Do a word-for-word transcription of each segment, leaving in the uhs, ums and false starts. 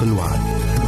الوعد.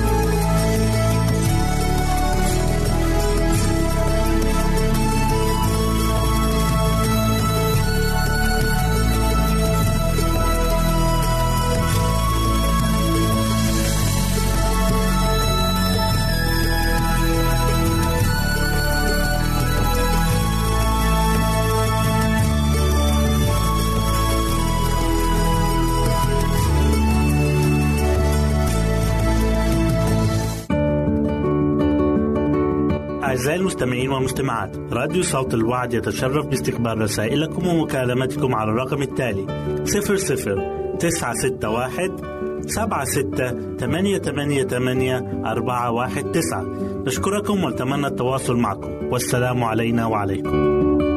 أعزائي المستمعين والمستمعات، راديو صوت الوعد يتشرف باستقبال رسائلكم ومكالمتكم على الرقم التالي صفر صفر تسعة ستة واحد سبعة ستة ثمانية ثمانية ثمانية أربعة واحد تسعة. نشكركم ونتمنى التواصل معكم، والسلام علينا وعليكم.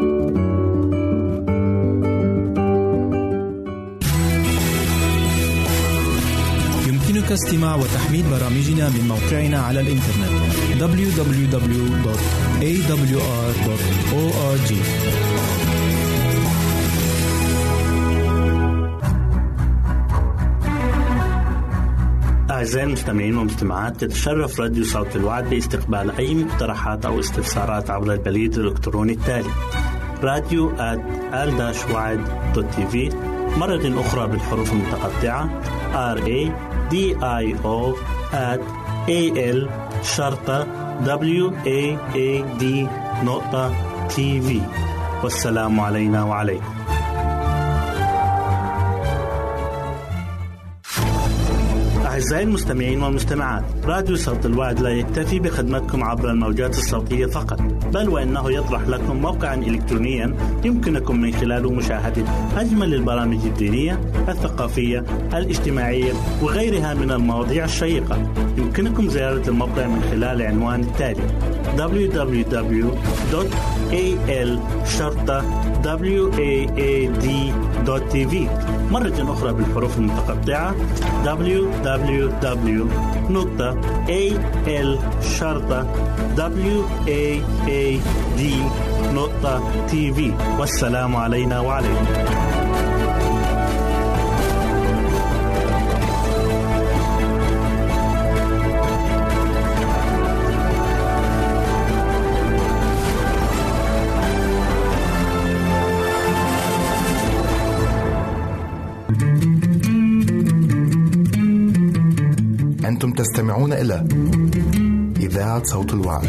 يمكنك استماع وتحميل برامجنا من موقعنا على الإنترنت دبليو دبليو دبليو دوت إيه دبليو آر دوت أو آر جي. أعزائي المستمعين والمستمعات، تتشرف راديو صوت الوعد باستقبال أي مقترحات أو استفسارات عبر البريد الإلكتروني التالي راديو آت آل وعد دوت تي في، مرة أخرى بالحروف المتقطعة آر إيه دي آي أو آت إيه إل شرطة دبليو إيه إيه دي نقطة تي في. والسلام علينا وعليكم. أعزائي المستمعين والمستمعات، راديو صوت الوعد لا يكتفي بخدمتكم عبر الموجات الصوتية فقط، بل وإنه يطرح لكم موقعا إلكترونيا يمكنكم من خلاله مشاهدة أجمل البرامج الدينية، الثقافية، الاجتماعية وغيرها من المواضيع الشيقة. يمكنكم زيارة الموقع من خلال العنوان التالي دبليو دبليو دبليو دوت إيه إل شرطة واد دوت تي في، مرة أخرى بالحروف المتقطعة دبليو دبليو دبليو دوت إيه إل شرطة واد دوت تي في. والسلام علينا وعليكم. أنتم تستمعون إلى إذاعة صوت الوعد.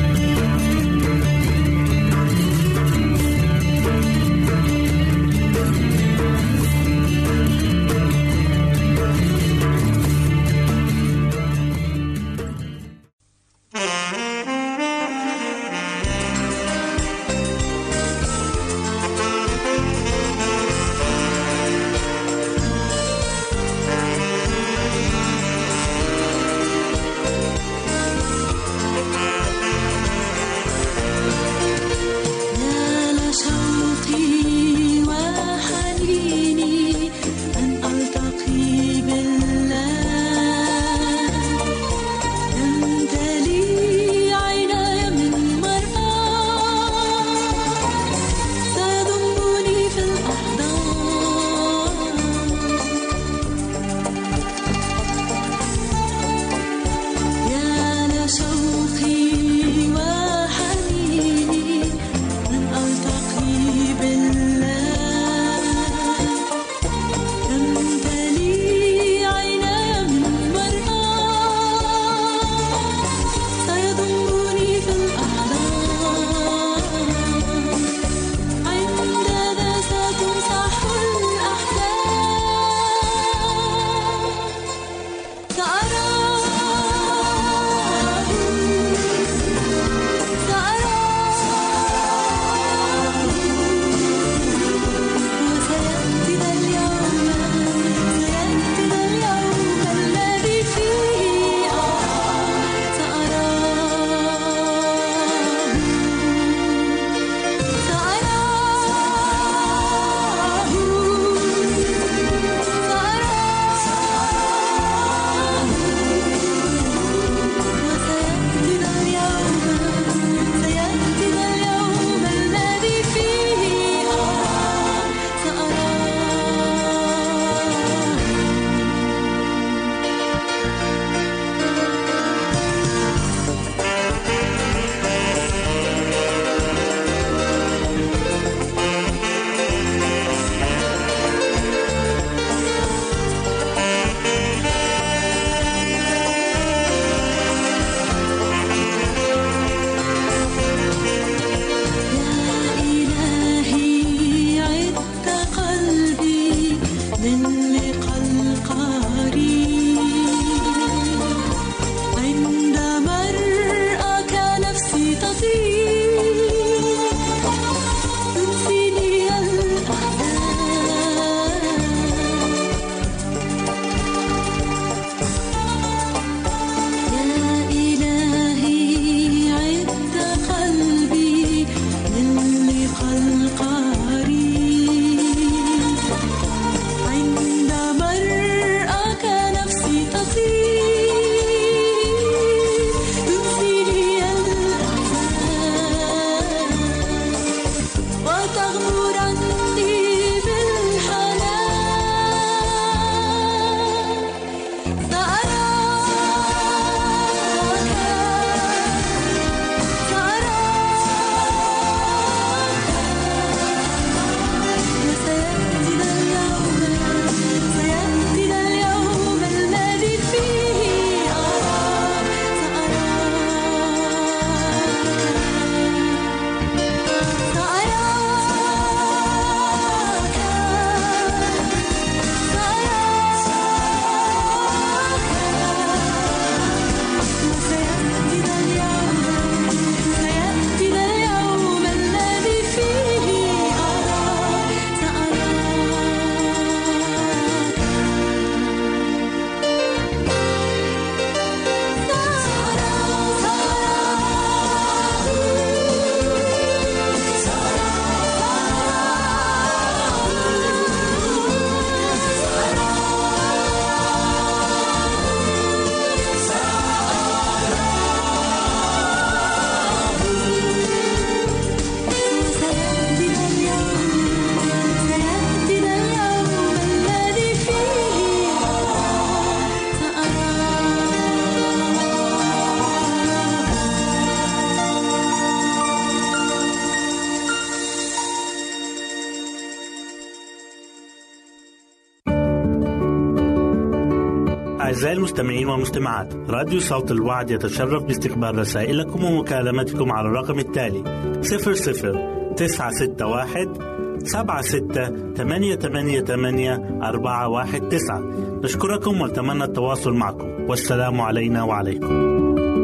أعزائي المستمعين والمستمعات، راديو صوت الوعد يتشرف باستقبال رسائلكم ومكالمتكم على الرقم التالي صفر صفر تسعة ستة واحد سبعة ستة ثمانية ثمانية ثمانية أربعة واحد تسعة. نشكركم ونتمنى التواصل معكم، والسلام علينا وعليكم.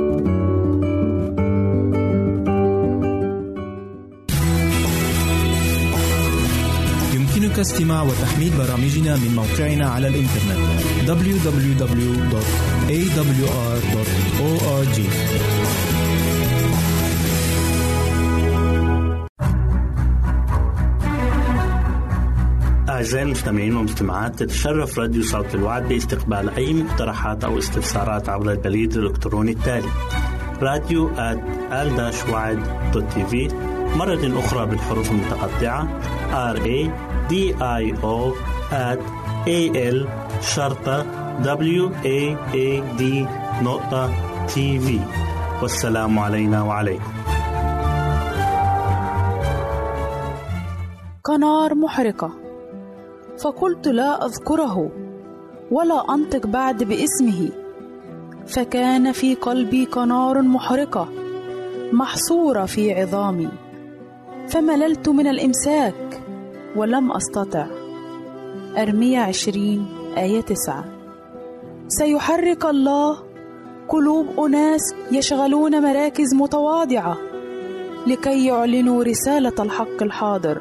يمكنك استماع وتحميل برامجنا من موقعنا على الإنترنت دبليو دبليو دبليو دوت إيه دبليو آر دوت أو آر جي. أعزائي المستمعين والمستمعات، تتشرف راديو صوت الوعد باستقبال أي مقترحات أو استفسارات عبر البريد الإلكتروني التالي راديو آت آل وعد دوت تي في، مرة أخرى بالحروف المتقطعة آر إيه دي آي أو آت إيه إل شرطة دبليو إيه إيه دي نقطة تي في. والسلام علينا وعليكم. كنار محرقة، فقلت لا أذكره ولا أنطق بعد باسمه، فكان في قلبي كنار محرقة محصورة في عظامي، فمللت من الإمساك ولم أستطع. أرميا عشرين آية تسعة. سيحرك الله قلوب أناس يشغلون مراكز متواضعة لكي يعلنوا رسالة الحق الحاضر،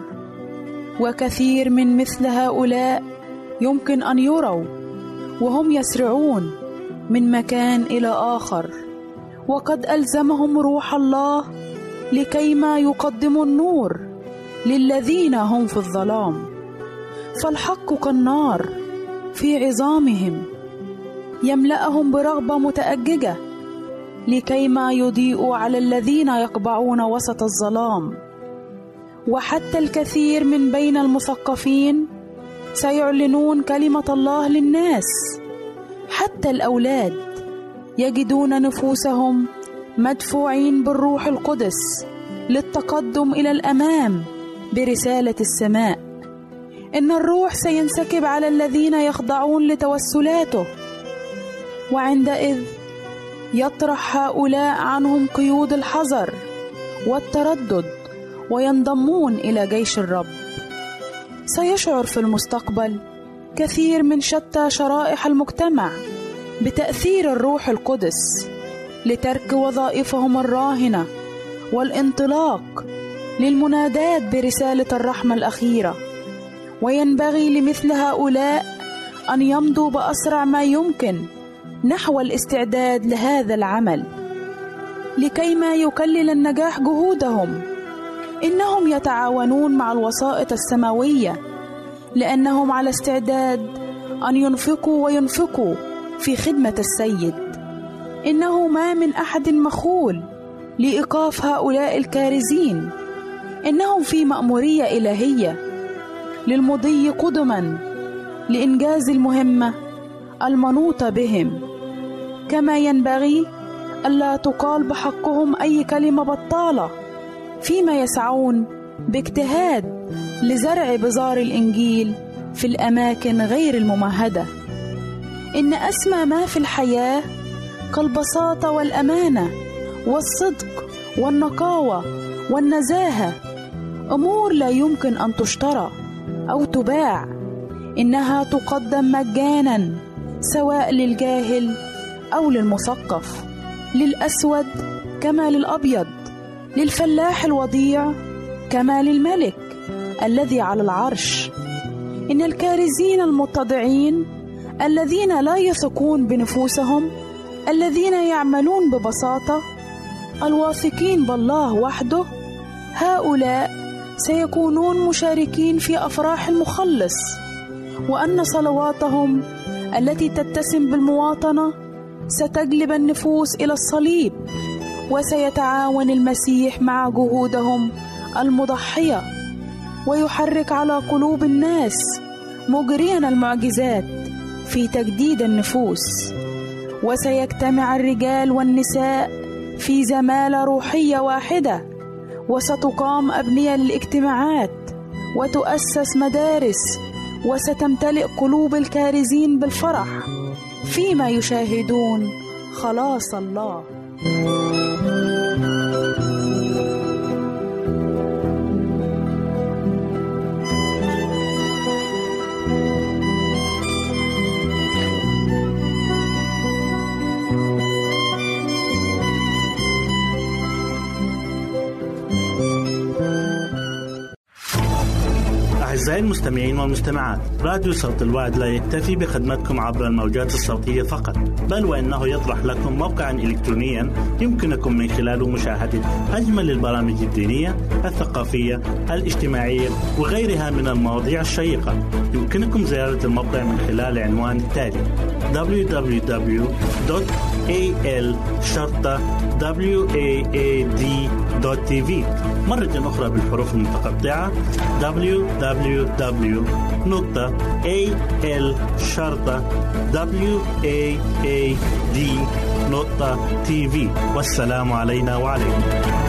وكثير من مثل هؤلاء يمكن أن يروا وهم يسرعون من مكان إلى آخر، وقد ألزمهم روح الله لكيما يقدموا النور للذين هم في الظلام. فالحق كالنار في عظامهم يملأهم برغبة متأججة لكيما يضيئوا على الذين يقبعون وسط الظلام. وحتى الكثير من بين المثقفين سيعلنون كلمة الله للناس. حتى الأولاد يجدون نفوسهم مدفوعين بالروح القدس للتقدم إلى الأمام برسالة السماء. إن الروح سينسكب على الذين يخضعون لتوسلاته، وعندئذ يطرح هؤلاء عنهم قيود الحذر والتردد وينضمون إلى جيش الرب. سيشعر في المستقبل كثير من شتى شرائح المجتمع بتأثير الروح القدس لترك وظائفهم الراهنة والانطلاق للمنادات برسالة الرحمة الأخيرة. وينبغي لمثل هؤلاء أن يمضوا بأسرع ما يمكن نحو الاستعداد لهذا العمل لكيما يكلل النجاح جهودهم. إنهم يتعاونون مع الوسائط السماوية لأنهم على استعداد أن ينفقوا وينفقوا في خدمة السيد. إنه ما من أحد مخول لإيقاف هؤلاء الكارزين، إنهم في مأمورية إلهية للمضي قدما لإنجاز المهمة المنوطة بهم. كما ينبغي ألا تقال بحقهم أي كلمة بطالة فيما يسعون باجتهاد لزرع بذار الإنجيل في الأماكن غير الممهدة. إن أسمى ما في الحياة كالبساطة والأمانة والصدق والنقاوة والنزاهة، أمور لا يمكن أن تشترى أو تباع. إنها تقدم مجانا سواء للجاهل أو للمثقف، للأسود كما للأبيض، للفلاح الوضيع كما للملك الذي على العرش. إن الكارزين المتضعين الذين لا يثقون بنفوسهم، الذين يعملون ببساطة، الواثقين بالله وحده، هؤلاء سيكونون مشاركين في أفراح المخلص، وأن صلواتهم التي تتسم بالمواطنة ستجلب النفوس إلى الصليب، وسيتعاون المسيح مع جهودهم المضحية ويحرك على قلوب الناس مجريا المعجزات في تجديد النفوس. وسيجتمع الرجال والنساء في زمالة روحية واحدة، وستقام أبنية للاجتماعات وتؤسس مدارس، وستمتلئ قلوب الكارزين بالفرح فيما يشاهدون خلاص الله. أعزائي المستمعين والمستمعات، راديو صوت الوعد لا يكتفي بخدمتكم عبر الموجات الصوتية فقط، بل وإنه يطرح لكم موقعا إلكترونيا يمكنكم من خلاله مشاهدة أجمل البرامج الدينية، الثقافية، الاجتماعية وغيرها من المواضيع الشيقة. يمكنكم زيارة الموقع من خلال العنوان التالي دبليو دبليو دبليو دوت إيه إل شرطة واد دوت تي في. مرة أخرى بالحروف المتقطعة دبليو دبليو دبليو دوت إيه إل شرطة واد دوت تي في. والسلام علينا وعليكم.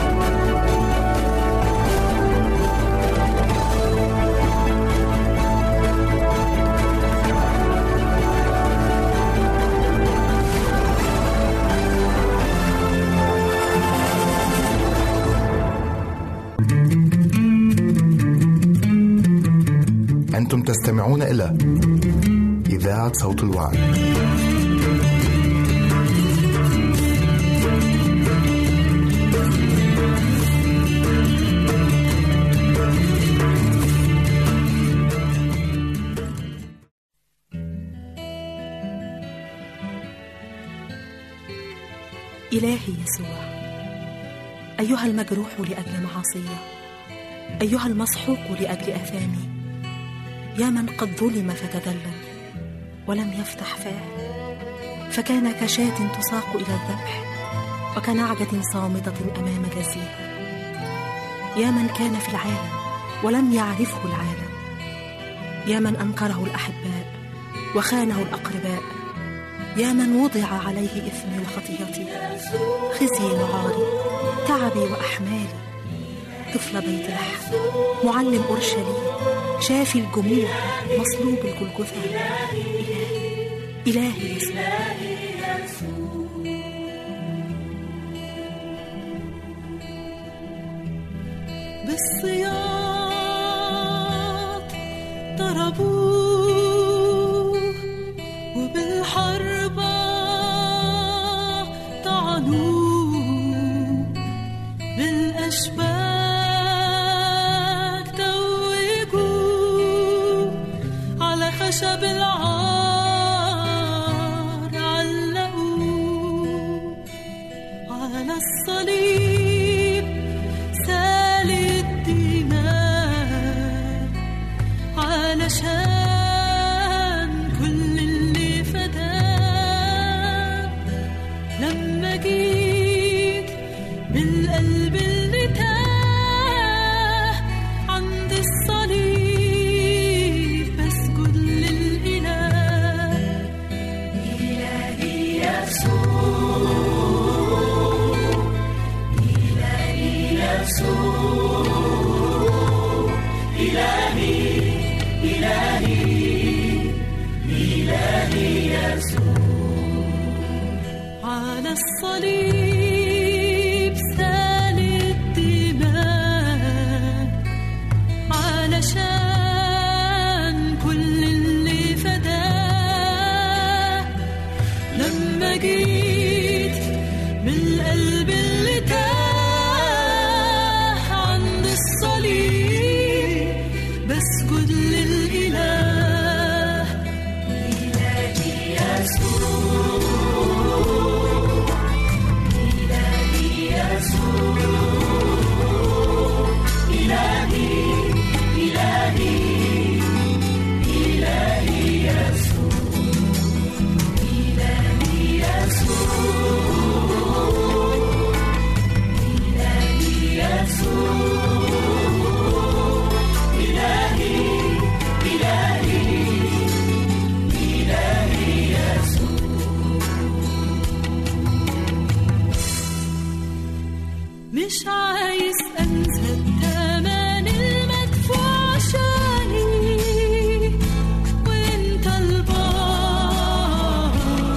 أنتم تستمعون إلى إذاعة صوت الوعد. إلهي يسوع، أيها المجروح لأجل معاصية، أيها المسحوق لأجل آثامي، يا من قد ظلم فتدلل ولم يفتح فاه، فكان كشاة تساق إلى الذبح وكنعجة صامتة أمام جزيها. يا من كان في العالم ولم يعرفه العالم، يا من أنكره الأحباء وخانه الأقرباء، يا من وضع عليه إثم الخطية، خزي وعاري، تعبي وأحمالي، طفل بيت لحم، معلم أورشليم، شافي الجموع، مصلوب الجلجثة. إلهي إلهي يسوع، بالصياط ضربوه وبالحربة طعنوه، بالأشباك توجوه، على خشب العار علقوه، على الصليب سال الدماء، علشان كل اللي فداه. لما جيت بالقلب اللي تاه عند الصليب، بسجد للإله. إلهي يسوع، إلهي يسوع، إلهي إلهي إلهي يسوع. على الصليب سال الدماء، علشان كل اللي فداه. لما جيت بالقلب اللي تاه عند الصليب، بسجد للإله. إلهي يسوع، إلهي يسوع، إلهي إلهي إلهي يسوع، إلهي يسوع، إلهي يسوع، إلهي إلهي إلهي يسوع. مش عايز أنسى الثمن المدفوع عشاني، وانت البار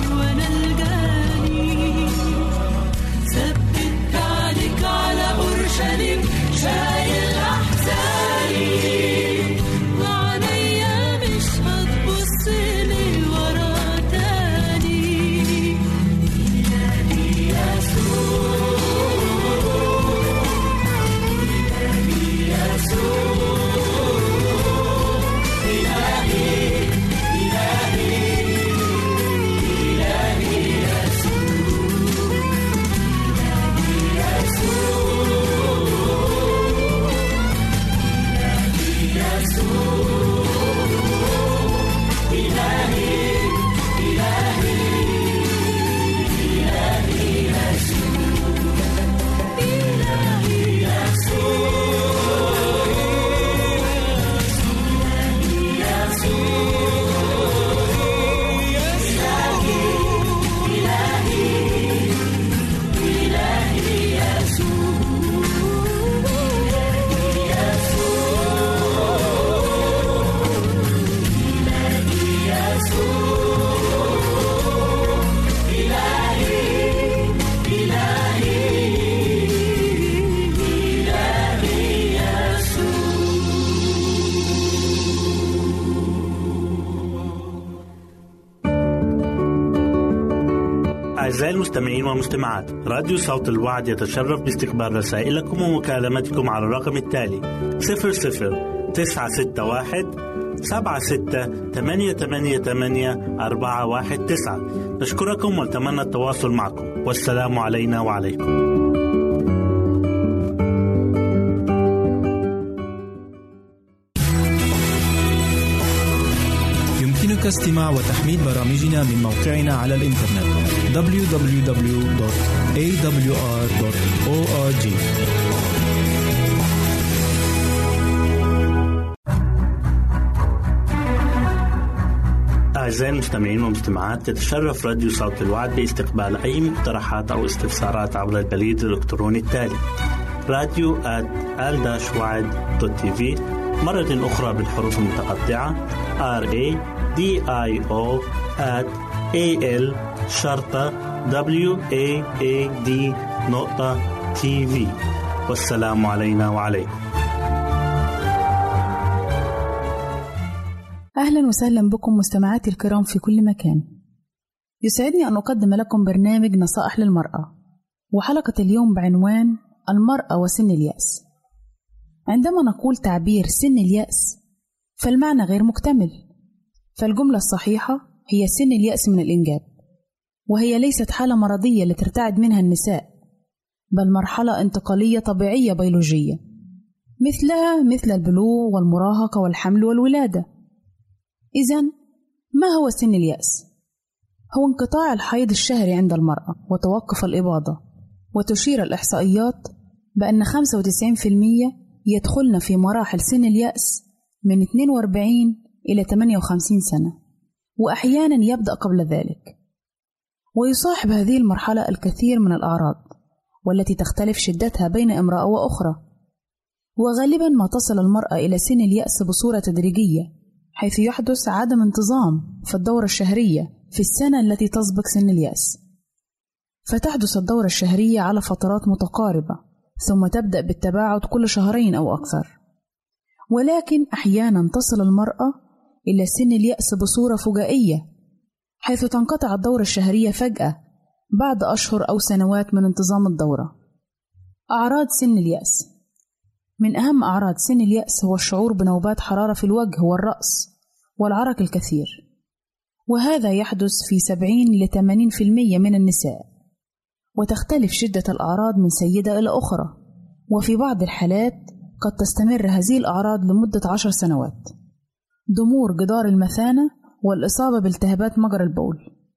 أعزائي المستمعين والمستمعات، راديو صوت الوعد يتشرف باستقبال رسائلكم ومكالمتكم على الرقم التالي صفر صفر تسعة ستة واحد سبعة ستة ثمانية ثمانية ثمانية أربعة واحد تسعة. نشكركم ونتمنى التواصل معكم، والسلام علينا وعليكم. يمكنك استماع وتحميل برامجنا من موقعنا على الإنترنت دبليو دبليو دبليو دوت إيه دبليو آر دوت أو آر جي. أعزائي المستمعين والمستمعات، يتشرف راديو صوت الوعد باستقبال أي مقترحات أو استفسارات عبر البريد الإلكتروني التالي راديو آت آل وعد دوت تي في، مرة أخرى بالحروف المتقطعة R A D I O at A L شرطة W A A D نقطة تي في. والسلام علينا وعليكم. أهلا وسهلا بكم مستمعاتي الكرام في كل مكان. يسعدني أن أقدم لكم برنامج نصائح للمرأة، وحلقة اليوم بعنوان المرأة وسن اليأس. عندما نقول تعبير سن اليأس فالمعنى غير مكتمل، فالجملة الصحيحة هي سن اليأس من الإنجاب، وهي ليست حالة مرضية لترتعد منها النساء، بل مرحلة انتقالية طبيعية بيولوجية مثلها مثل البلوغ والمراهقة والحمل والولادة. إذن ما هو سن اليأس؟ هو انقطاع الحيض الشهري عند المرأة وتوقف الإباضة، وتشير الإحصائيات بأن خمسة وتسعين بالمئة يدخلن في مراحل سن اليأس من اثنين وأربعين إلى ثمانية وخمسين سنة، وأحيانا يبدأ قبل ذلك. ويصاحب هذه المرحلة الكثير من الأعراض، والتي تختلف شدتها بين امرأة وأخرى، وغالبا ما تصل المرأة إلى سن اليأس بصورة تدريجية، حيث يحدث عدم انتظام في الدورة الشهرية في السنة التي تسبق سن اليأس، فتحدث الدورة الشهرية على فترات متقاربة، ثم تبدأ بالتباعد كل شهرين أو أكثر. ولكن أحيانا تصل المرأة إلى سن اليأس بصورة فجائية، حيث تنقطع الدورة الشهرية فجأة بعد أشهر أو سنوات من انتظام الدورة. أعراض سن اليأس: من أهم أعراض سن اليأس هو الشعور بنوبات حرارة في الوجه والرأس والعرق الكثير، وهذا يحدث في سبعين إلى ثمانين بالمئة من النساء، وتختلف شدة الأعراض من سيدة إلى أخرى، وفي بعض الحالات قد تستمر هذه الأعراض لمدة عشر سنوات. ضمور جدار المثانة والإصابة بالتهابات مجرى البول.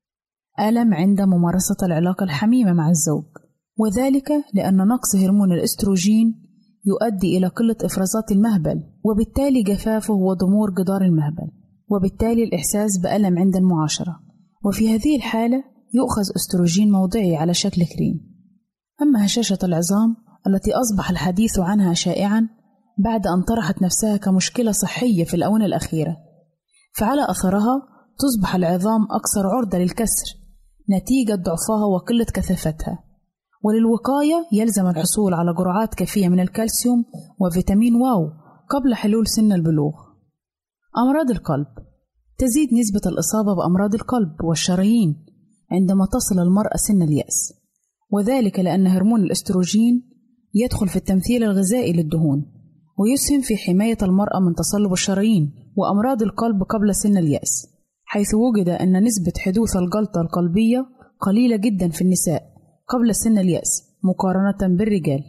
ألم عند ممارسة العلاقة الحميمة مع الزوج، وذلك لأن نقص هرمون الأستروجين يؤدي إلى قلة إفرازات المهبل، وبالتالي جفافه وضمور جدار المهبل، وبالتالي الإحساس بألم عند المعاشرة. وفي هذه الحالة يؤخذ أستروجين موضعي على شكل كريم. أما هشاشة العظام التي أصبح الحديث عنها شائعا بعد أن طرحت نفسها كمشكلة صحية في الآونة الأخيرة، فعلى أثرها تصبح العظام أكثر عرضة للكسر نتيجة ضعفها وقلة كثافتها. وللوقاية يلزم الحصول على جرعات كافية من الكالسيوم وفيتامين واو قبل حلول سن البلوغ. أمراض القلب: تزيد نسبة الإصابة بأمراض القلب والشرايين عندما تصل المرأة سن اليأس، وذلك لأن هرمون الأستروجين يدخل في التمثيل الغذائي للدهون، ويسهم في حماية المرأة من تصلب الشرايين وأمراض القلب قبل سن اليأس، حيث وجد أن نسبة حدوث الجلطة القلبية قليلة جدا في النساء قبل سن اليأس مقارنة بالرجال.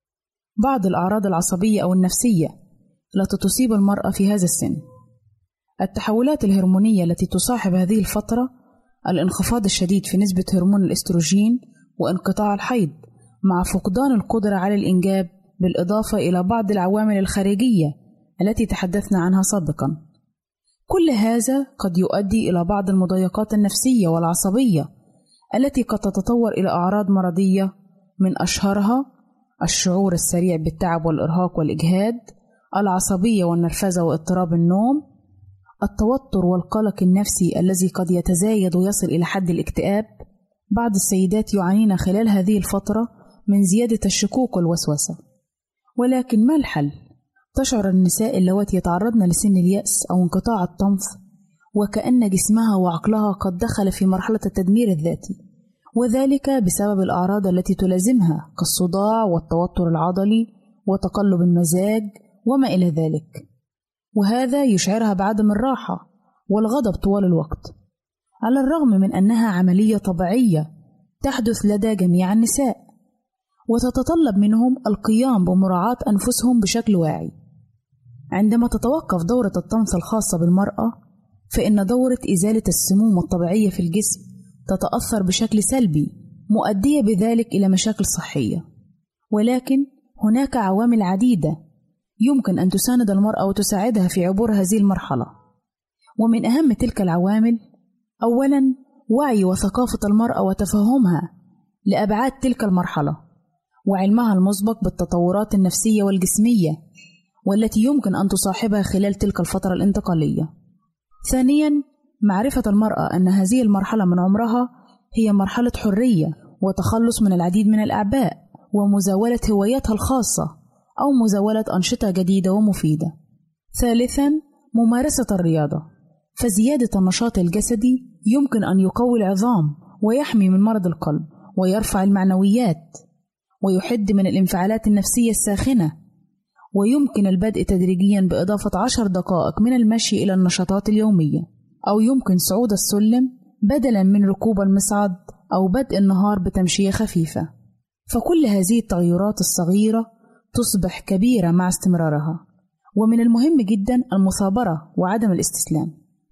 بعض الأعراض العصبية أو النفسية التي تصيب المرأة في هذا السن: التحولات الهرمونية التي تصاحب هذه الفترة، الانخفاض الشديد في نسبة هرمون الأستروجين، وانقطاع الحيض مع فقدان القدرة على الإنجاب، بالإضافة إلى بعض العوامل الخارجية التي تحدثنا عنها سابقا. كل هذا قد يؤدي إلى بعض المضايقات النفسية والعصبية التي قد تتطور إلى أعراض مرضية، من أشهرها الشعور السريع بالتعب والإرهاق والإجهاد، العصبية والنرفزة واضطراب النوم، التوتر والقلق النفسي الذي قد يتزايد ويصل إلى حد الاكتئاب. بعض السيدات يعانين خلال هذه الفترة من زيادة الشكوك والوسوسة. ولكن ما الحل؟ تشعر النساء اللواتي يتعرضن لسن اليأس أو انقطاع الطمث وكأن جسمها وعقلها قد دخل في مرحلة التدمير الذاتي، وذلك بسبب الأعراض التي تلازمها كالصداع والتوتر العضلي وتقلب المزاج وما إلى ذلك، وهذا يشعرها بعدم الراحة والغضب طوال الوقت، على الرغم من أنها عملية طبيعية تحدث لدى جميع النساء، وتتطلب منهم القيام بمراعاة أنفسهم بشكل واعي. عندما تتوقف دورة الطمث الخاصة بالمرأة، فإن دورة إزالة السموم الطبيعية في الجسم تتأثر بشكل سلبي، مؤدية بذلك إلى مشاكل صحية. ولكن هناك عوامل عديدة يمكن أن تساند المرأة وتساعدها في عبور هذه المرحلة، ومن أهم تلك العوامل أولاً وعي وثقافة المرأة وتفهمها لأبعاد تلك المرحلة، وعلمها المسبق بالتطورات النفسية والجسمية والتي يمكن أن تصاحبها خلال تلك الفترة الانتقالية. ثانياً معرفة المرأة أن هذه المرحلة من عمرها هي مرحلة حرية وتخلص من العديد من الأعباء ومزاولة هواياتها الخاصة أو مزاولة أنشطة جديدة ومفيدة. ثالثاً ممارسة الرياضة، فزيادة النشاط الجسدي يمكن أن يقوي العظام ويحمي من مرض القلب ويرفع المعنويات ويحد من الانفعالات النفسية الساخنة، ويمكن البدء تدريجيا بإضافة عشر دقائق من المشي إلى النشاطات اليومية، أو يمكن صعود السلم بدلا من ركوب المصعد، أو بدء النهار بتمشية خفيفة. فكل هذه التغيرات الصغيرة تصبح كبيرة مع استمرارها، ومن المهم جدا المثابرة وعدم الاستسلام.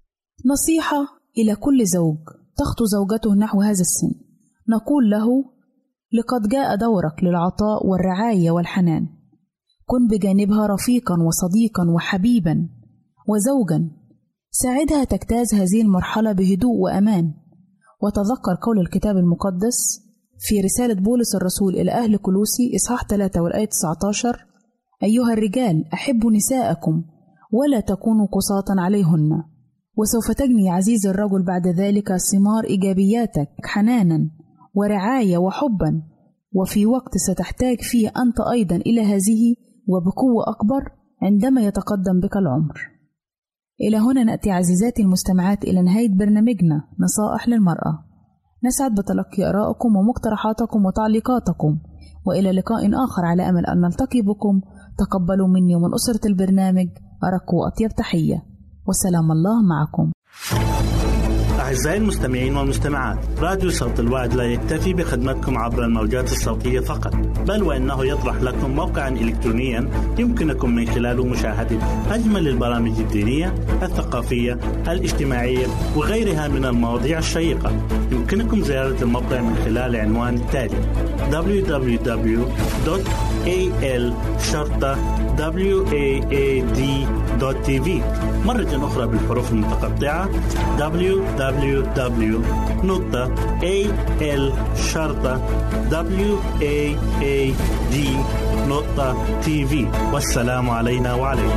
نصيحة إلى كل زوج تخطو زوجته نحو هذا السن، نقول له: لقد جاء دورك للعطاء والرعاية والحنان، كن بجانبها رفيقا وصديقا وحبيبا وزوجا، ساعدها تجتاز هذه المرحلة بهدوء وأمان. وتذكر قول الكتاب المقدس في رسالة بولس الرسول إلى أهل كولوسي إصحاح ثلاثة والآية تسعة عشر: أيها الرجال أحبوا نساءكم ولا تكونوا قساطا عليهن، وسوف تجني عزيز الرجل بعد ذلك ثمار إيجابياتك حنانا ورعاية وحبا، وفي وقت ستحتاج فيه أنت أيضا إلى هذه وبقوة أكبر عندما يتقدم بك العمر. إلى هنا نأتي عزيزاتي المستمعات إلى نهاية برنامجنا نصائح للمرأة. نسعد بتلقي آرائكم ومقترحاتكم وتعليقاتكم، وإلى لقاء آخر على أمل أن نلتقي بكم. تقبلوا مني ومن أسرة البرنامج أرق وأطيب تحية، وسلام الله معكم. أعزائي المستمعين والمستمعات، راديو صوت الوعد لا يكتفي بخدمتكم عبر الموجات الصوتية فقط، بل وإنه يطرح لكم موقعا إلكترونيا يمكنكم من خلاله مشاهدة أجمل البرامج الدينية، الثقافية، الاجتماعية وغيرها من المواضيع الشيقة. يمكنكم زيارة الموقع من خلال العنوان التالي: دبليو دبليو دبليو دوت إيه إل شرطة واد دوت تي في. مرة أخرى بالحروف المتقطعة: دبليو دبليو دبليو دوت إيه إل شرطة واد دوت تي في. والسلام علينا وعليكم.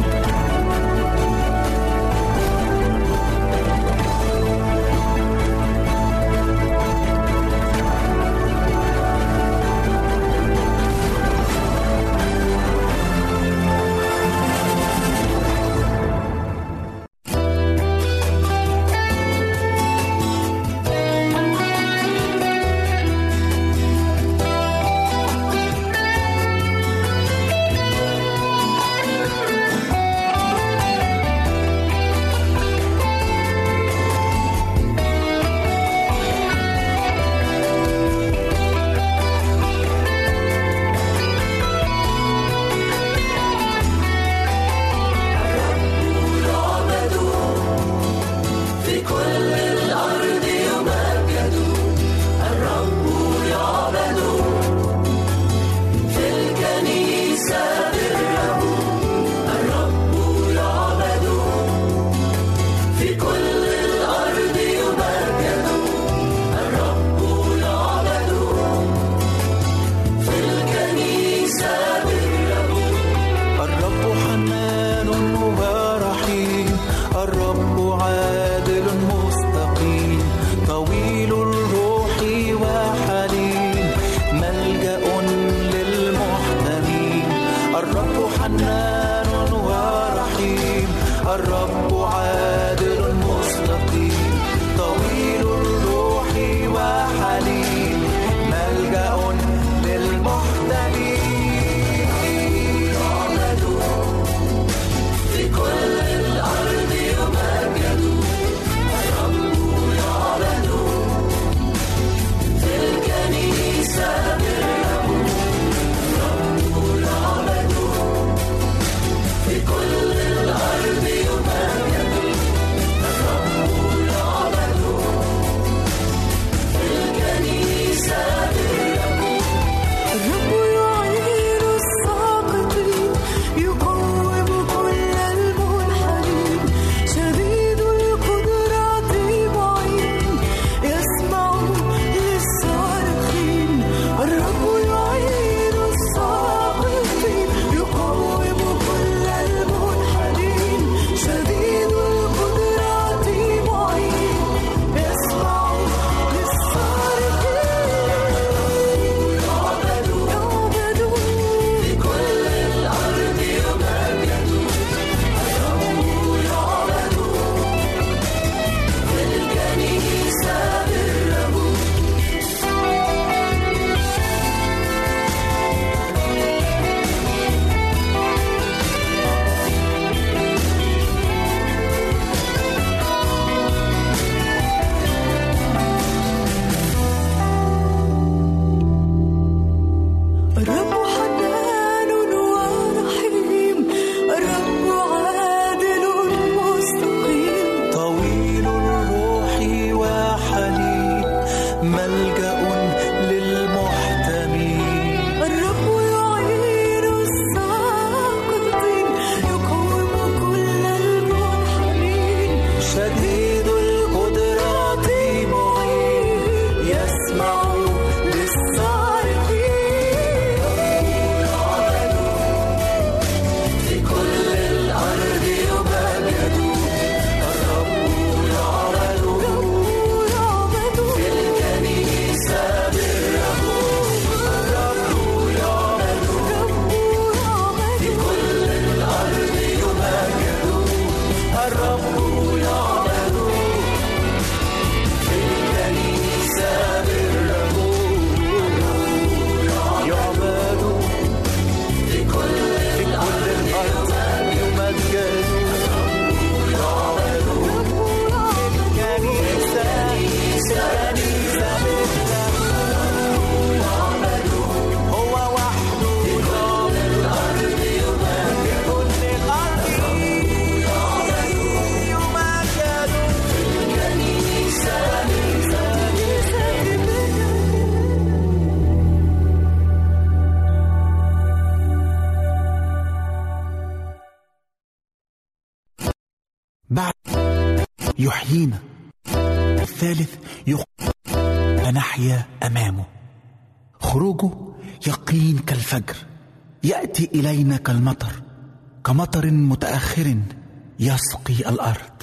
يحيينا. الثالث يقوم فنحيا أمامه. خروجه يقين كالفجر، يأتي إلينا كالمطر، كمطر متأخر يسقي الأرض.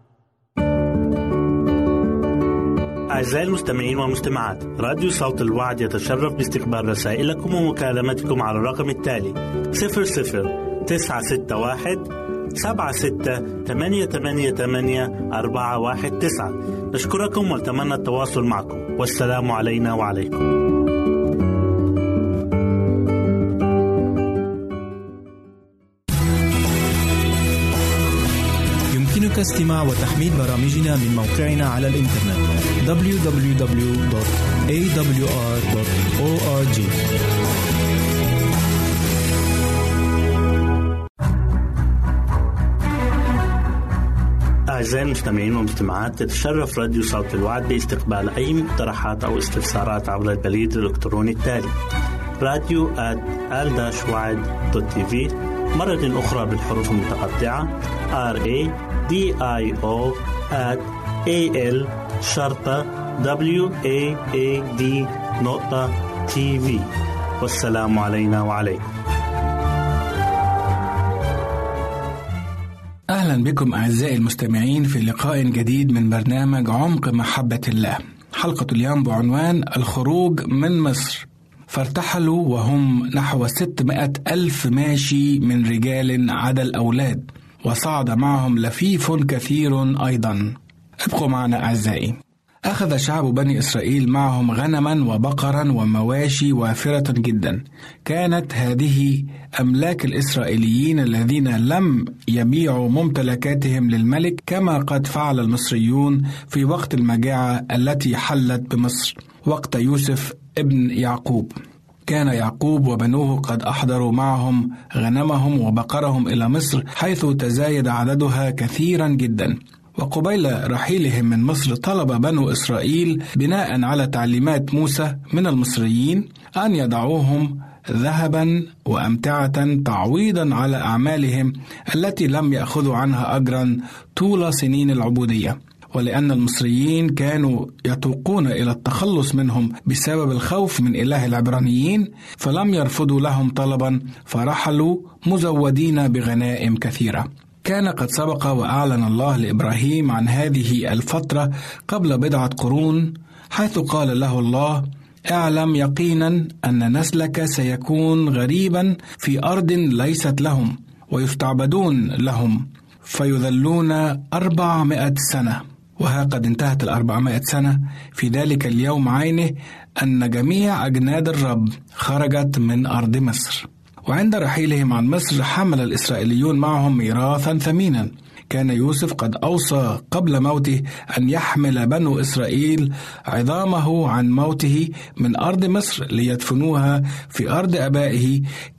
أعزائي المستمعين والمستمعات، راديو صوت الوعد يتشرف باستقبال رسائلكم ومكالمتكم على الرقم التالي صفر صفر تسعة ستة واحد سبعة ستة ثمانية ثمانية ثمانية أربعة واحد تسعة. نشكركم ونتمنى التواصل معكم، والسلام علينا وعليكم. يمكنك استماع وتحميل برامجنا من موقعنا على الإنترنت دبليو دبليو دبليو دوت إيه دبليو آر دوت أو آر جي. أعزائي المستمعين والمستمعات، تتشرف راديو صوت الوعد باستقبال أي مقترحات أو استفسارات عبر البريد الإلكتروني التالي راديو آت آل وعد دوت تي في، مرة أخرى بالحروف المتقطعة R A D I O at A L شرطة W A A D نقطة تي في. والسلام علينا وعليكم. أهلا بكم أعزائي المستمعين في لقاء جديد من برنامج عمق محبة الله. حلقة اليوم بعنوان الخروج من مصر. فارتحلوا وهم نحو ستمائة ألف ماشي من رجال عدا الأولاد، وصعد معهم لفيف كثير أيضا. ابقوا معنا أعزائي. أخذ شعب بني إسرائيل معهم غنما وبقرا ومواشي وافرة جدا. كانت هذه أملاك الإسرائيليين الذين لم يبيعوا ممتلكاتهم للملك كما قد فعل المصريون في وقت المجاعة التي حلت بمصر وقت يوسف ابن يعقوب. كان يعقوب وبنوه قد أحضروا معهم غنمهم وبقرهم إلى مصر، حيث تزايد عددها كثيرا جدا. وقبيل رحيلهم من مصر طلب بنو إسرائيل بناء على تعليمات موسى من المصريين أن يضعوهم ذهبا وأمتعة تعويضا على أعمالهم التي لم يأخذوا عنها أجرا طول سنين العبودية. ولأن المصريين كانوا يتوقون إلى التخلص منهم بسبب الخوف من إله العبرانيين، فلم يرفضوا لهم طلبا، فرحلوا مزودين بغنائم كثيرة. كان قد سبق وأعلن الله لإبراهيم عن هذه الفترة قبل بضعة قرون، حيث قال له الله: اعلم يقينا أن نسلك سيكون غريبا في أرض ليست لهم، ويستعبدون لهم فيذلون أربعمائة سنة. وها قد انتهت الأربعمائة سنة في ذلك اليوم عينه أن جميع أجناد الرب خرجت من أرض مصر. وعند رحيلهم عن مصر حمل الإسرائيليون معهم ميراثا ثمينا. كان يوسف قد أوصى قبل موته أن يحمل بنو إسرائيل عظامه عن موته من أرض مصر ليدفنوها في أرض أبائه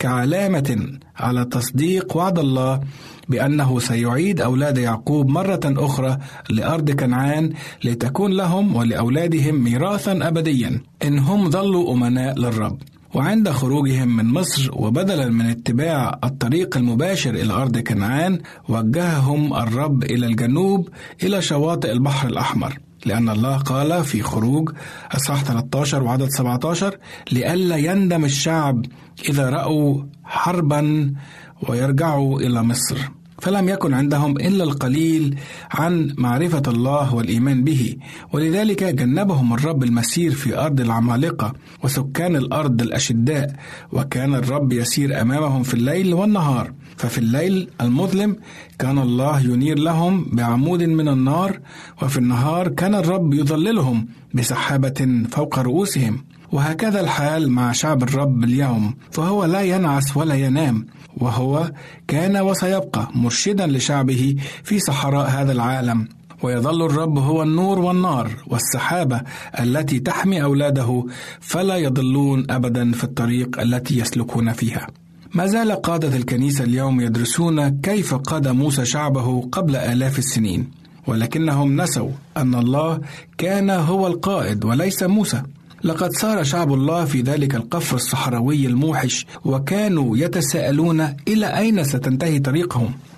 كعلامة على تصديق وعد الله بأنه سيعيد أولاد يعقوب مرة أخرى لأرض كنعان لتكون لهم ولأولادهم ميراثا أبديا إن هم ظلوا أمناء للرب. وعند خروجهم من مصر وبدلا من اتباع الطريق المباشر إلى أرض كنعان، وجههم الرب إلى الجنوب إلى شواطئ البحر الأحمر، لأن الله قال في خروج أصحاح ثلاثة عشر وعدد سبعة عشر: لئلا يندم الشعب إذا رأوا حربا ويرجعوا إلى مصر. فلم يكن عندهم إلا القليل عن معرفة الله والإيمان به، ولذلك جنبهم الرب المسير في أرض العمالقة وسكان الأرض الأشداء. وكان الرب يسير أمامهم في الليل والنهار، ففي الليل المظلم كان الله ينير لهم بعمود من النار، وفي النهار كان الرب يظللهم بسحابة فوق رؤوسهم. وهكذا الحال مع شعب الرب اليوم، فهو لا ينعس ولا ينام، وهو كان وسيبقى مرشدا لشعبه في صحراء هذا العالم. ويظل الرب هو النور والنار والسحابة التي تحمي أولاده فلا يضلون أبدا في الطريق التي يسلكون فيها. ما زال قادة الكنيسة اليوم يدرسون كيف قاد موسى شعبه قبل آلاف السنين، ولكنهم نسوا أن الله كان هو القائد وليس موسى. لقد سار شعب الله في ذلك القفر الصحراوي الموحش، وكانوا يتساءلون إلى أين ستنتهي طريقهم.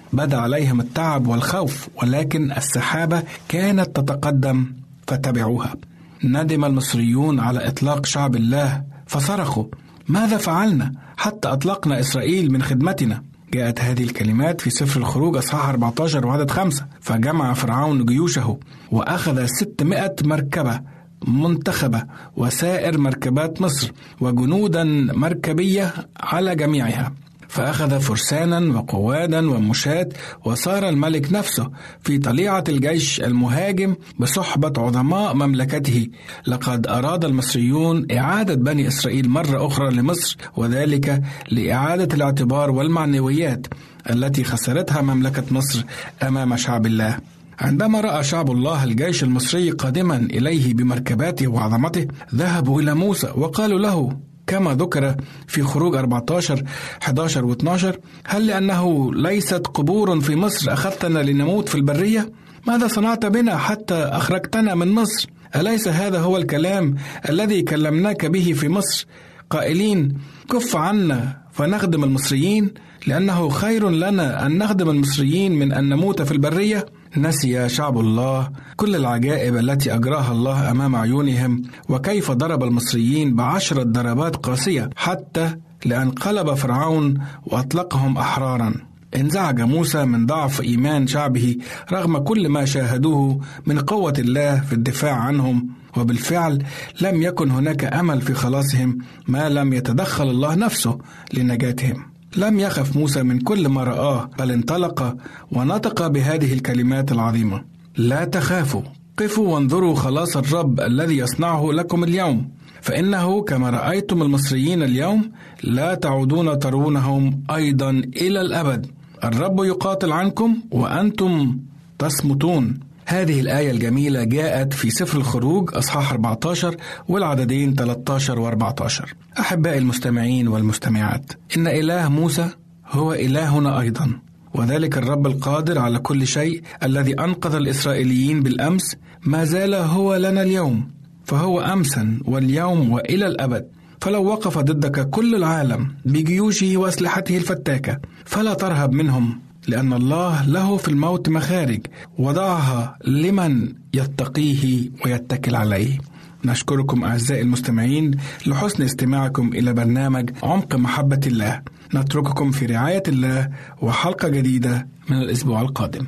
بدا عليهم التعب والخوف، ولكن السحابة كانت تتقدم فتبعوها. ندم المصريون على إطلاق شعب الله فصرخوا: ماذا فعلنا حتى أطلقنا إسرائيل من خدمتنا؟ جاءت هذه الكلمات في سفر الخروج أصحاح أربعة عشر وعدد خمسة. فجمع فرعون جيوشه وأخذ ستمائة مركبة منتخبة وسائر مركبات مصر وجنودا مركبية على جميعها، فأخذ فرسانا وقوادا ومشاة، وصار الملك نفسه في طليعة الجيش المهاجم بصحبة عظماء مملكته. لقد أراد المصريون إعادة بني إسرائيل مرة أخرى لمصر، وذلك لإعادة الاعتبار والمعنويات التي خسرتها مملكة مصر أمام شعب الله. عندما رأى شعب الله الجيش المصري قادما إليه بمركباته وعظمته، ذهبوا إلى موسى وقالوا له كما ذكر في خروج أربعة عشر أحد عشر واثني عشر: هل لأنه ليست قبور في مصر أخذتنا لنموت في البرية؟ ماذا صنعت بنا حتى أخرجتنا من مصر؟ أليس هذا هو الكلام الذي كلمناك به في مصر قائلين: كف عنا فنخدم المصريين، لأنه خير لنا أن نخدم المصريين من أن نموت في البرية؟ نسي شعب الله كل العجائب التي أجراها الله أمام عيونهم، وكيف ضرب المصريين بعشرة ضربات قاسية حتى لأنقلب فرعون وأطلقهم أحرارا. انزعج موسى من ضعف إيمان شعبه رغم كل ما شاهدوه من قوة الله في الدفاع عنهم، وبالفعل لم يكن هناك أمل في خلاصهم ما لم يتدخل الله نفسه لنجاتهم. لم يخف موسى من كل ما رآه، بل انطلق ونطق بهذه الكلمات العظيمة: لا تخافوا، قفوا وانظروا خلاص الرب الذي يصنعه لكم اليوم، فإنه كما رأيتم المصريين اليوم لا تعودون ترونهم أيضا إلى الأبد. الرب يقاتل عنكم وأنتم تصمتون. هذه الآية الجميلة جاءت في سفر الخروج أصحاح أربعة عشر والعددين ثلاثة عشر وأربعة عشر. أحبائي المستمعين والمستمعات، إن إله موسى هو إلهنا أيضا، وذلك الرب القادر على كل شيء الذي أنقذ الإسرائيليين بالأمس ما زال هو لنا اليوم، فهو أمسا واليوم وإلى الأبد. فلو وقف ضدك كل العالم بجيوشه وأسلحته الفتاكة فلا ترهب منهم، لأن الله له في الموت مخارج وضعها لمن يتقيه ويتكل عليه. نشكركم أعزائي المستمعين لحسن استماعكم إلى برنامج عمق محبة الله. نترككم في رعاية الله وحلقة جديدة من الأسبوع القادم.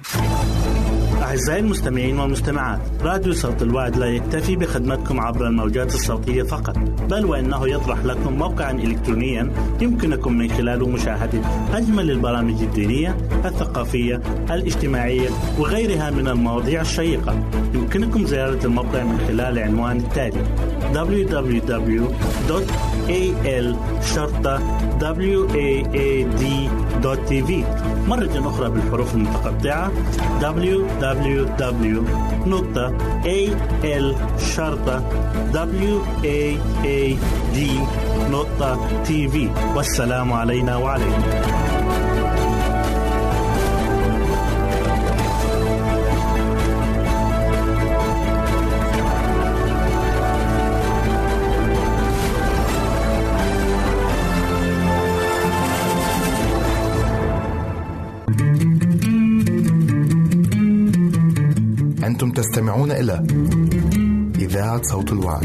أعزائي المستمعين والمستمعات، راديو صوت الوعد لا يكتفي بخدمتكم عبر الموجات الصوتية فقط، بل وإنه يطرح لكم موقعا إلكترونيا يمكنكم من خلاله مشاهدة أجمل البرامج الدينية، الثقافية، الاجتماعية وغيرها من المواضيع الشيقة. يمكنكم زيارة الموقع من خلال عنوان التالي: دبليو دبليو دبليو دوت إيه إل شرطة واد دوت تي في. مرة أخرى بالحروف المتقطعة: دبليو دبليو دبليو دوت إيه إل شرطة واد دوت تي في. والسلام علينا وعليكم. أنتم تستمعون إلى إذاعة صوت الوعد.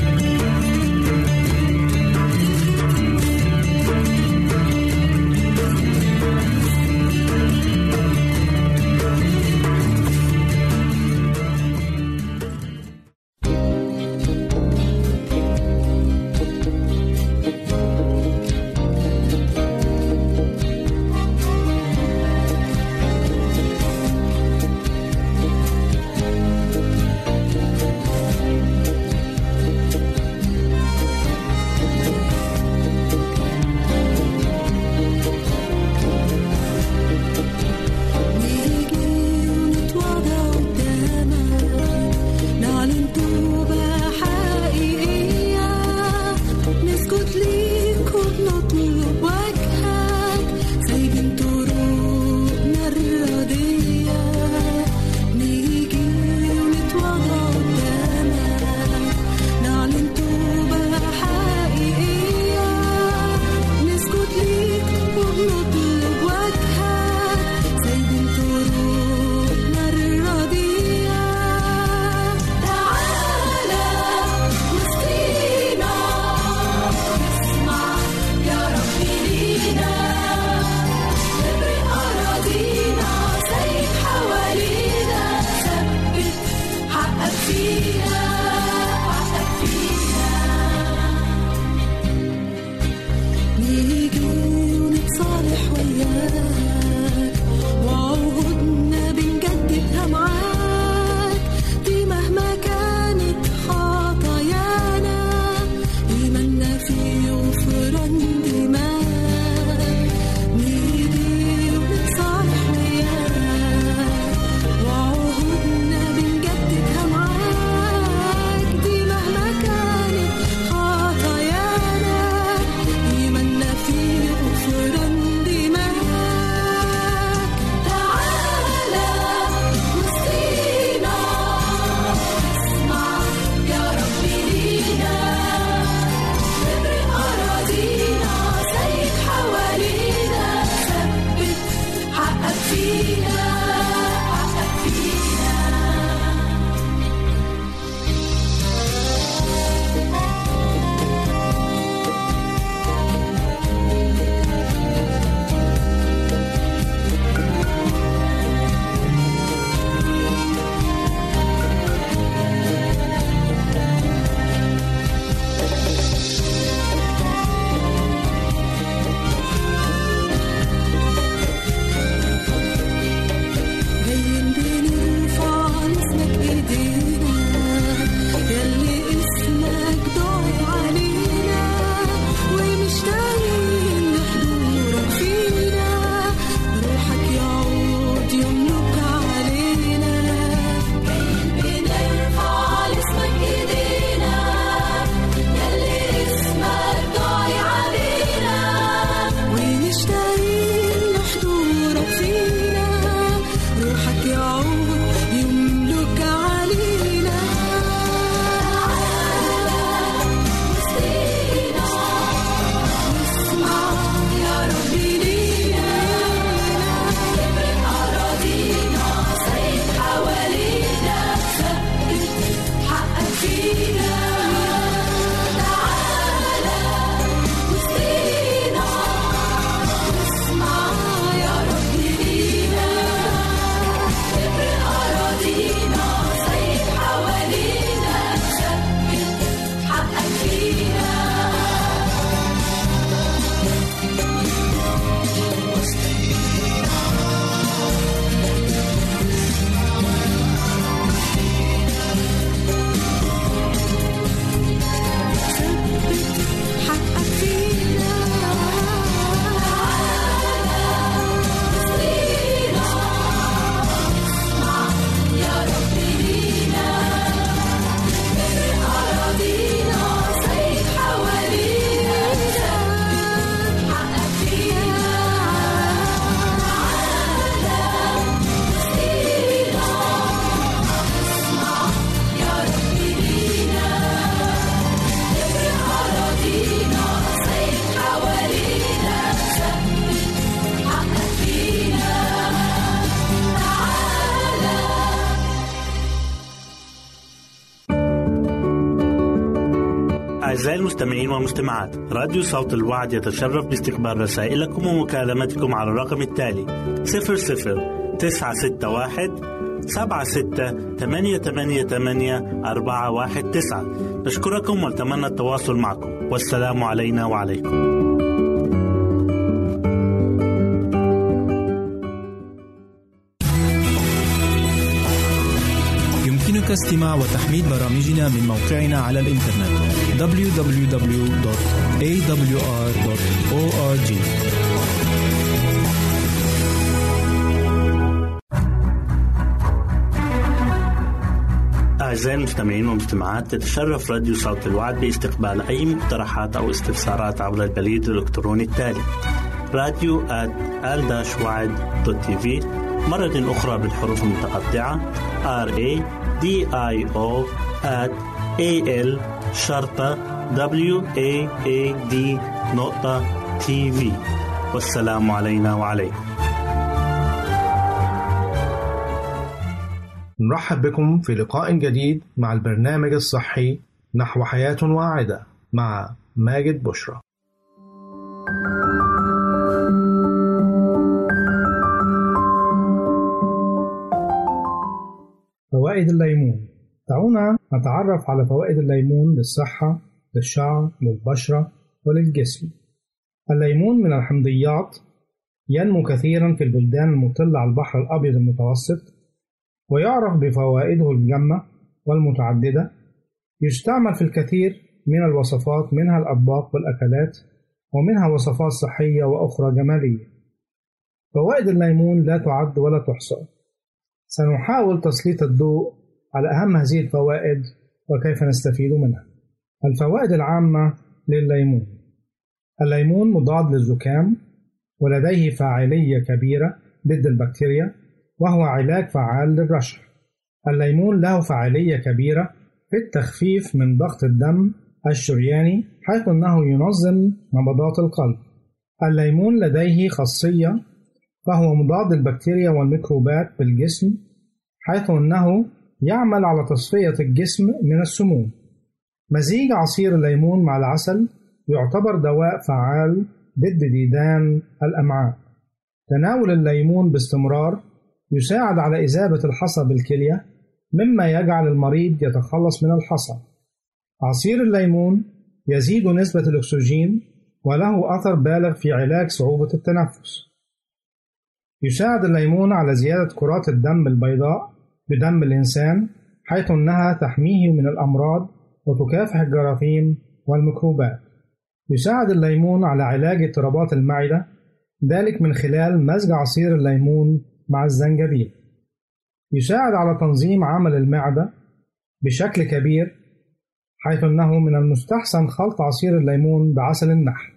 أعزائي المستمعين والمستمعات، راديو صوت الوعد يتشرف باستقبال رسائلكم ومكالمتكم على الرقم التالي صفر صفر تسعة ستة واحد سبعة ستة ثمانية ثمانية ثمانية أربعة واحد تسعة. نشكركم ونتمنى التواصل معكم، والسلام علينا وعليكم. يمكنك استماع وتحميل برامجنا من موقعنا على الإنترنت دبليو دبليو دبليو دوت إيه دبليو آر دوت أو آر جي. أعزائي المستمعين والمستمعات، تتشرف راديو صوت الوعد باستقبال أي مقترحات أو استفسارات عبر البريد الإلكتروني التالي راديو آت آل وعد دوت تي في، مرة أخرى بالحروف المتقطعة R A D I O at A L شرطة W A A D نقطة تي في. والسلام علينا وعليكم. نرحب بكم في لقاء جديد مع البرنامج الصحي نحو حياة واعدة مع ماجد بشرى. فوائد الليمون. دعونا نتعرف على فوائد الليمون للصحة، للشعر، للبشرة وللجسم. الليمون من الحمضيات، ينمو كثيرا في البلدان المطلة على البحر الأبيض المتوسط، ويعرف بفوائده الجمة والمتعددة. يستعمل في الكثير من الوصفات، منها الأطباق والأكلات، ومنها وصفات صحية وأخرى جمالية. فوائد الليمون لا تعد ولا تحصى. سنحاول تسليط الضوء على أهم هذه الفوائد وكيف نستفيد منها. الفوائد العامة للليمون: الليمون مضاد للزكام، ولديه فاعلية كبيرة ضد البكتيريا، وهو علاج فعال للرشح. الليمون له فاعلية كبيرة في التخفيف من ضغط الدم الشرياني، حيث أنه ينظم نبضات القلب. الليمون لديه خاصية، فهو مضاد للبكتيريا والميكروبات بالجسم، حيث أنه يعمل على تصفية الجسم من السموم. مزيج عصير الليمون مع العسل يعتبر دواء فعال ضد ديدان الأمعاء. تناول الليمون باستمرار يساعد على إذابة الحصى بالكلية، مما يجعل المريض يتخلص من الحصى. عصير الليمون يزيد نسبة الأكسجين، وله أثر بالغ في علاج صعوبة التنفس. يساعد الليمون على زيادة كرات الدم البيضاء بدم الإنسان، حيث أنها تحميه من الأمراض وتكافح الجراثيم والميكروبات. يساعد الليمون على علاج اضطرابات المعدة، ذلك من خلال مزج عصير الليمون مع الزنجبيل. يساعد على تنظيم عمل المعدة بشكل كبير، حيث أنه من المستحسن خلط عصير الليمون بعسل النحل.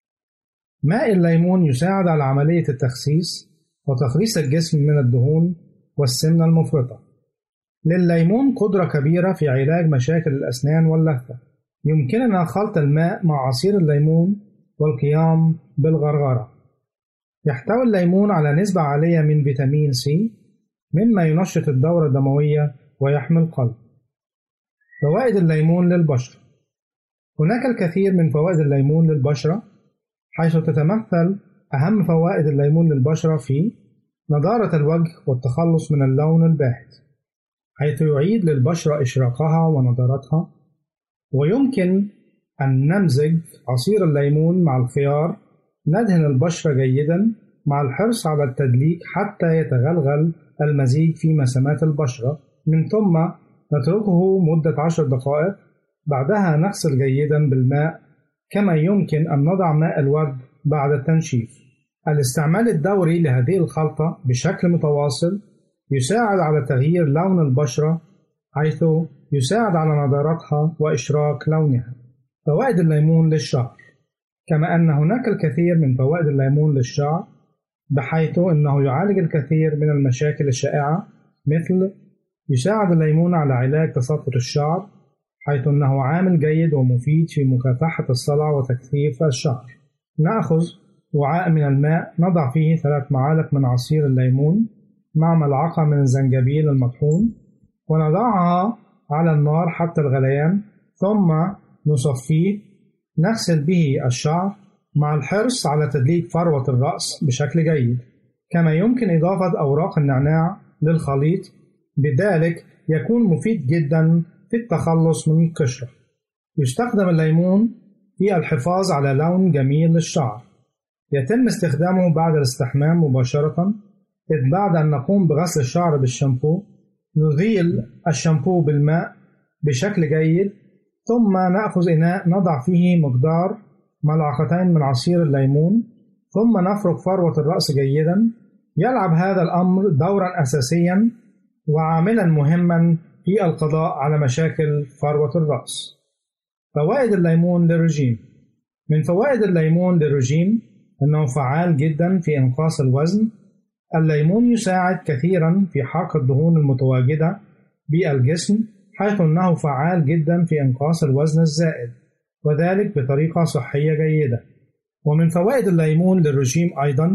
ماء الليمون يساعد على عملية التخسيس وتخليص الجسم من الدهون والسمنة المفرطة. للليمون قدرة كبيرة في علاج مشاكل الأسنان واللثة. يمكننا خلط الماء مع عصير الليمون والقيام بالغرغرة. يحتوي الليمون على نسبة عالية من فيتامين سي، مما ينشط الدورة الدموية ويحمي القلب. فوائد الليمون للبشرة. هناك الكثير من فوائد الليمون للبشرة، حيث تتمثل أهم فوائد الليمون للبشرة في نضارة الوجه والتخلص من اللون الباهت، حيث يعيد للبشرة إشراقها ونضارتها. ويمكن أن نمزج عصير الليمون مع الخيار، ندهن البشرة جيدا مع الحرص على التدليك حتى يتغلغل المزيج في مسامات البشرة، من ثم نتركه مدة عشر دقائق. بعدها نغسل جيدا بالماء، كما يمكن أن نضع ماء الورد بعد التنشيف. الاستعمال الدوري لهذه الخلطة بشكل متواصل يساعد على تغيير لون البشرة، حيث يساعد على نضارتها وإشراق لونها. فوائد الليمون للشعر. كما أن هناك الكثير من فوائد الليمون للشعر، بحيث أنه يعالج الكثير من المشاكل الشائعة، مثل يساعد الليمون على علاج تساقط الشعر، حيث أنه عامل جيد ومفيد في مكافحة الصلع وتكثيف الشعر. نأخذ وعاء من الماء، نضع فيه ثلاث معالق من عصير الليمون مع ملعقة من الزنجبيل المطحون، ونضعها على النار حتى الغليان، ثم نصفيه، نغسل به الشعر مع الحرص على تدليك فروة الرأس بشكل جيد. كما يمكن إضافة أوراق النعناع للخليط، بذلك يكون مفيد جدا في التخلص من القشرة. يستخدم الليمون في الحفاظ على لون جميل للشعر. يتم استخدامه بعد الاستحمام مباشرة، إذ بعد أن نقوم بغسل الشعر بالشامبو نزيل الشامبو بالماء بشكل جيد، ثم نأخذ إناء نضع فيه مقدار ملعقتين من عصير الليمون، ثم نفرك فروة الرأس جيدا. يلعب هذا الأمر دورا أساسيا وعاملا مهما في القضاء على مشاكل فروة الرأس. فوائد الليمون للرجيم. من فوائد الليمون للرجيم أنه فعال جدا في إنقاص الوزن. الليمون يساعد كثيرا في حرق الدهون المتواجدة بالجسم، حيث أنه فعال جدا في إنقاص الوزن الزائد، وذلك بطريقة صحية جيدة. ومن فوائد الليمون للرجيم أيضا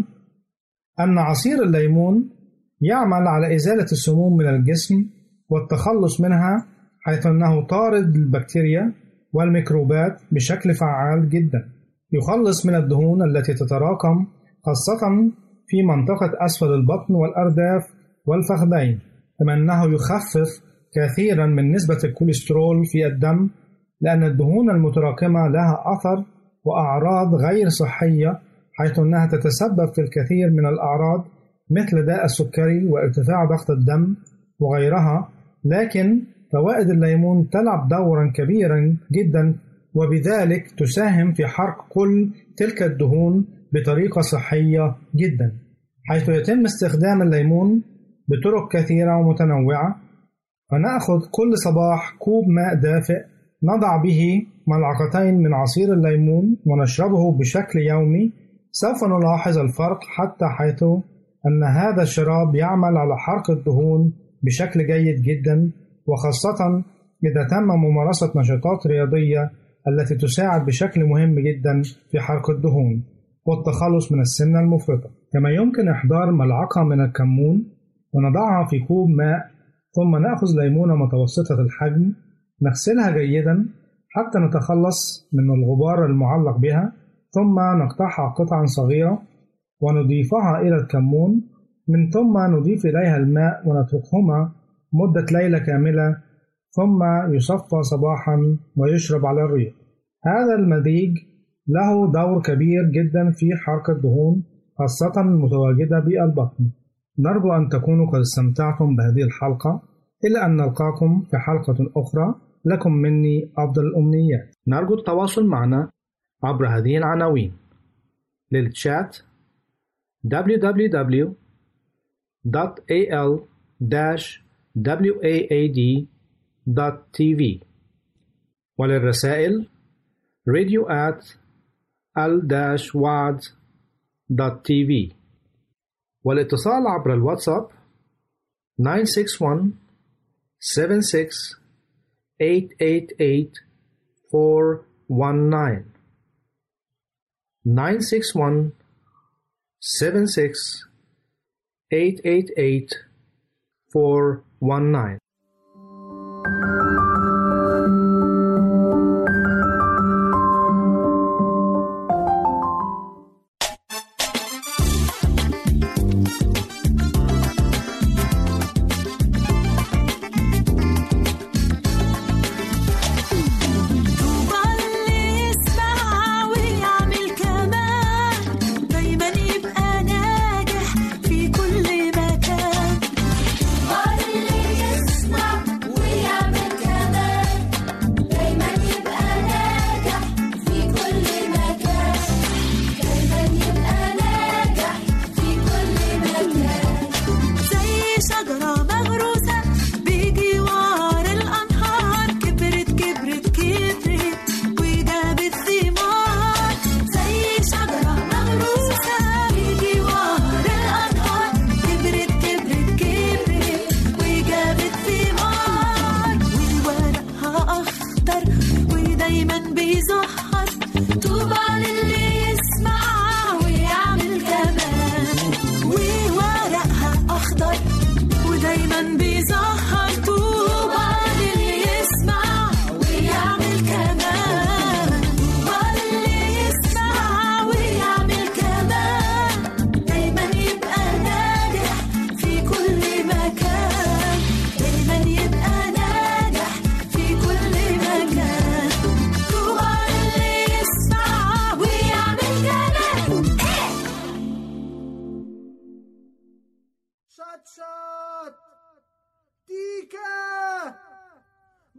أن عصير الليمون يعمل على إزالة السموم من الجسم والتخلص منها، حيث أنه طارد للبكتيريا والميكروبات بشكل فعال جدا. يخلص من الدهون التي تتراكم خاصة في منطقة أسفل البطن والأرداف والفخذين، كما أنه يخفف كثيرا من نسبة الكوليسترول في الدم، لأن الدهون المتراكمة لها أثر وأعراض غير صحية، حيث أنها تتسبب في الكثير من الأعراض مثل داء السكري وارتفاع ضغط الدم وغيرها. لكن فوائد الليمون تلعب دورا كبيرا جدا، وبذلك تساهم في حرق كل تلك الدهون بطريقة صحية جدا، حيث يتم استخدام الليمون بطرق كثيرة ومتنوعة. فنأخذ كل صباح كوب ماء دافئ نضع به ملعقتين من عصير الليمون ونشربه بشكل يومي. سوف نلاحظ الفرق، حتى حيث أن هذا الشراب يعمل على حرق الدهون بشكل جيد جدا، وخاصة إذا تم ممارسة نشاطات رياضية التي تساعد بشكل مهم جدا في حرق الدهون والتخلص من السمنة المفرطة. كما يمكن إحضار ملعقة من الكمون ونضعها في كوب ماء، ثم نأخذ ليمونة متوسطة الحجم نغسلها جيدا حتى نتخلص من الغبار المعلق بها، ثم نقطعها قطعا صغيرة ونضيفها إلى الكمون، من ثم نضيف إليها الماء ونتركهما مدة ليلة كاملة، ثم يصفى صباحا ويشرب على الريق. هذا المزيج له دور كبير جدا في حرق الدهون خاصة المتواجدة بالبطن. نرجو أن تكونوا قد استمتعتم بهذه الحلقة، إلى أن نلقاكم في حلقة أخرى. لكم مني أفضل الأمنيات. نرجو التواصل معنا عبر هذه العناوين: للتشات دبليو دبليو دبليو دوت إيه إل واد دوت تي في، وللرسائل radio at ال واد دوت تي في، والاتصال عبر الواتساب nine six one seven six eight eight eight four one nine nine six one seven six eight eight eight four one nine. في كل مكان.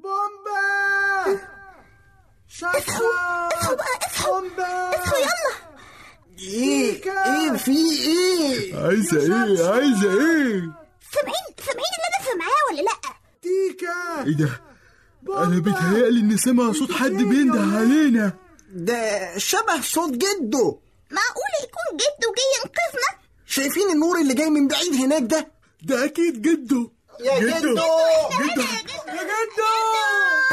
بومبا شطة. اصحوا بقى، اصحوا اصحوا يلا. ايه ايه في ايه؟ عايزة ايه عايزة ايه؟ سامعين سامعين اللي انا سامعاه ولا لا؟ تيكا. ايه ده؟ انا بيتهيألي اني سامع صوت حد بينده علينا. ده شبه صوت جده. معقول يكون جده جاي ينقذنا؟ شايفين النور اللي جاي من بعيد هناك ده؟ ده اكيد جده. يا جدو جدو يا جدو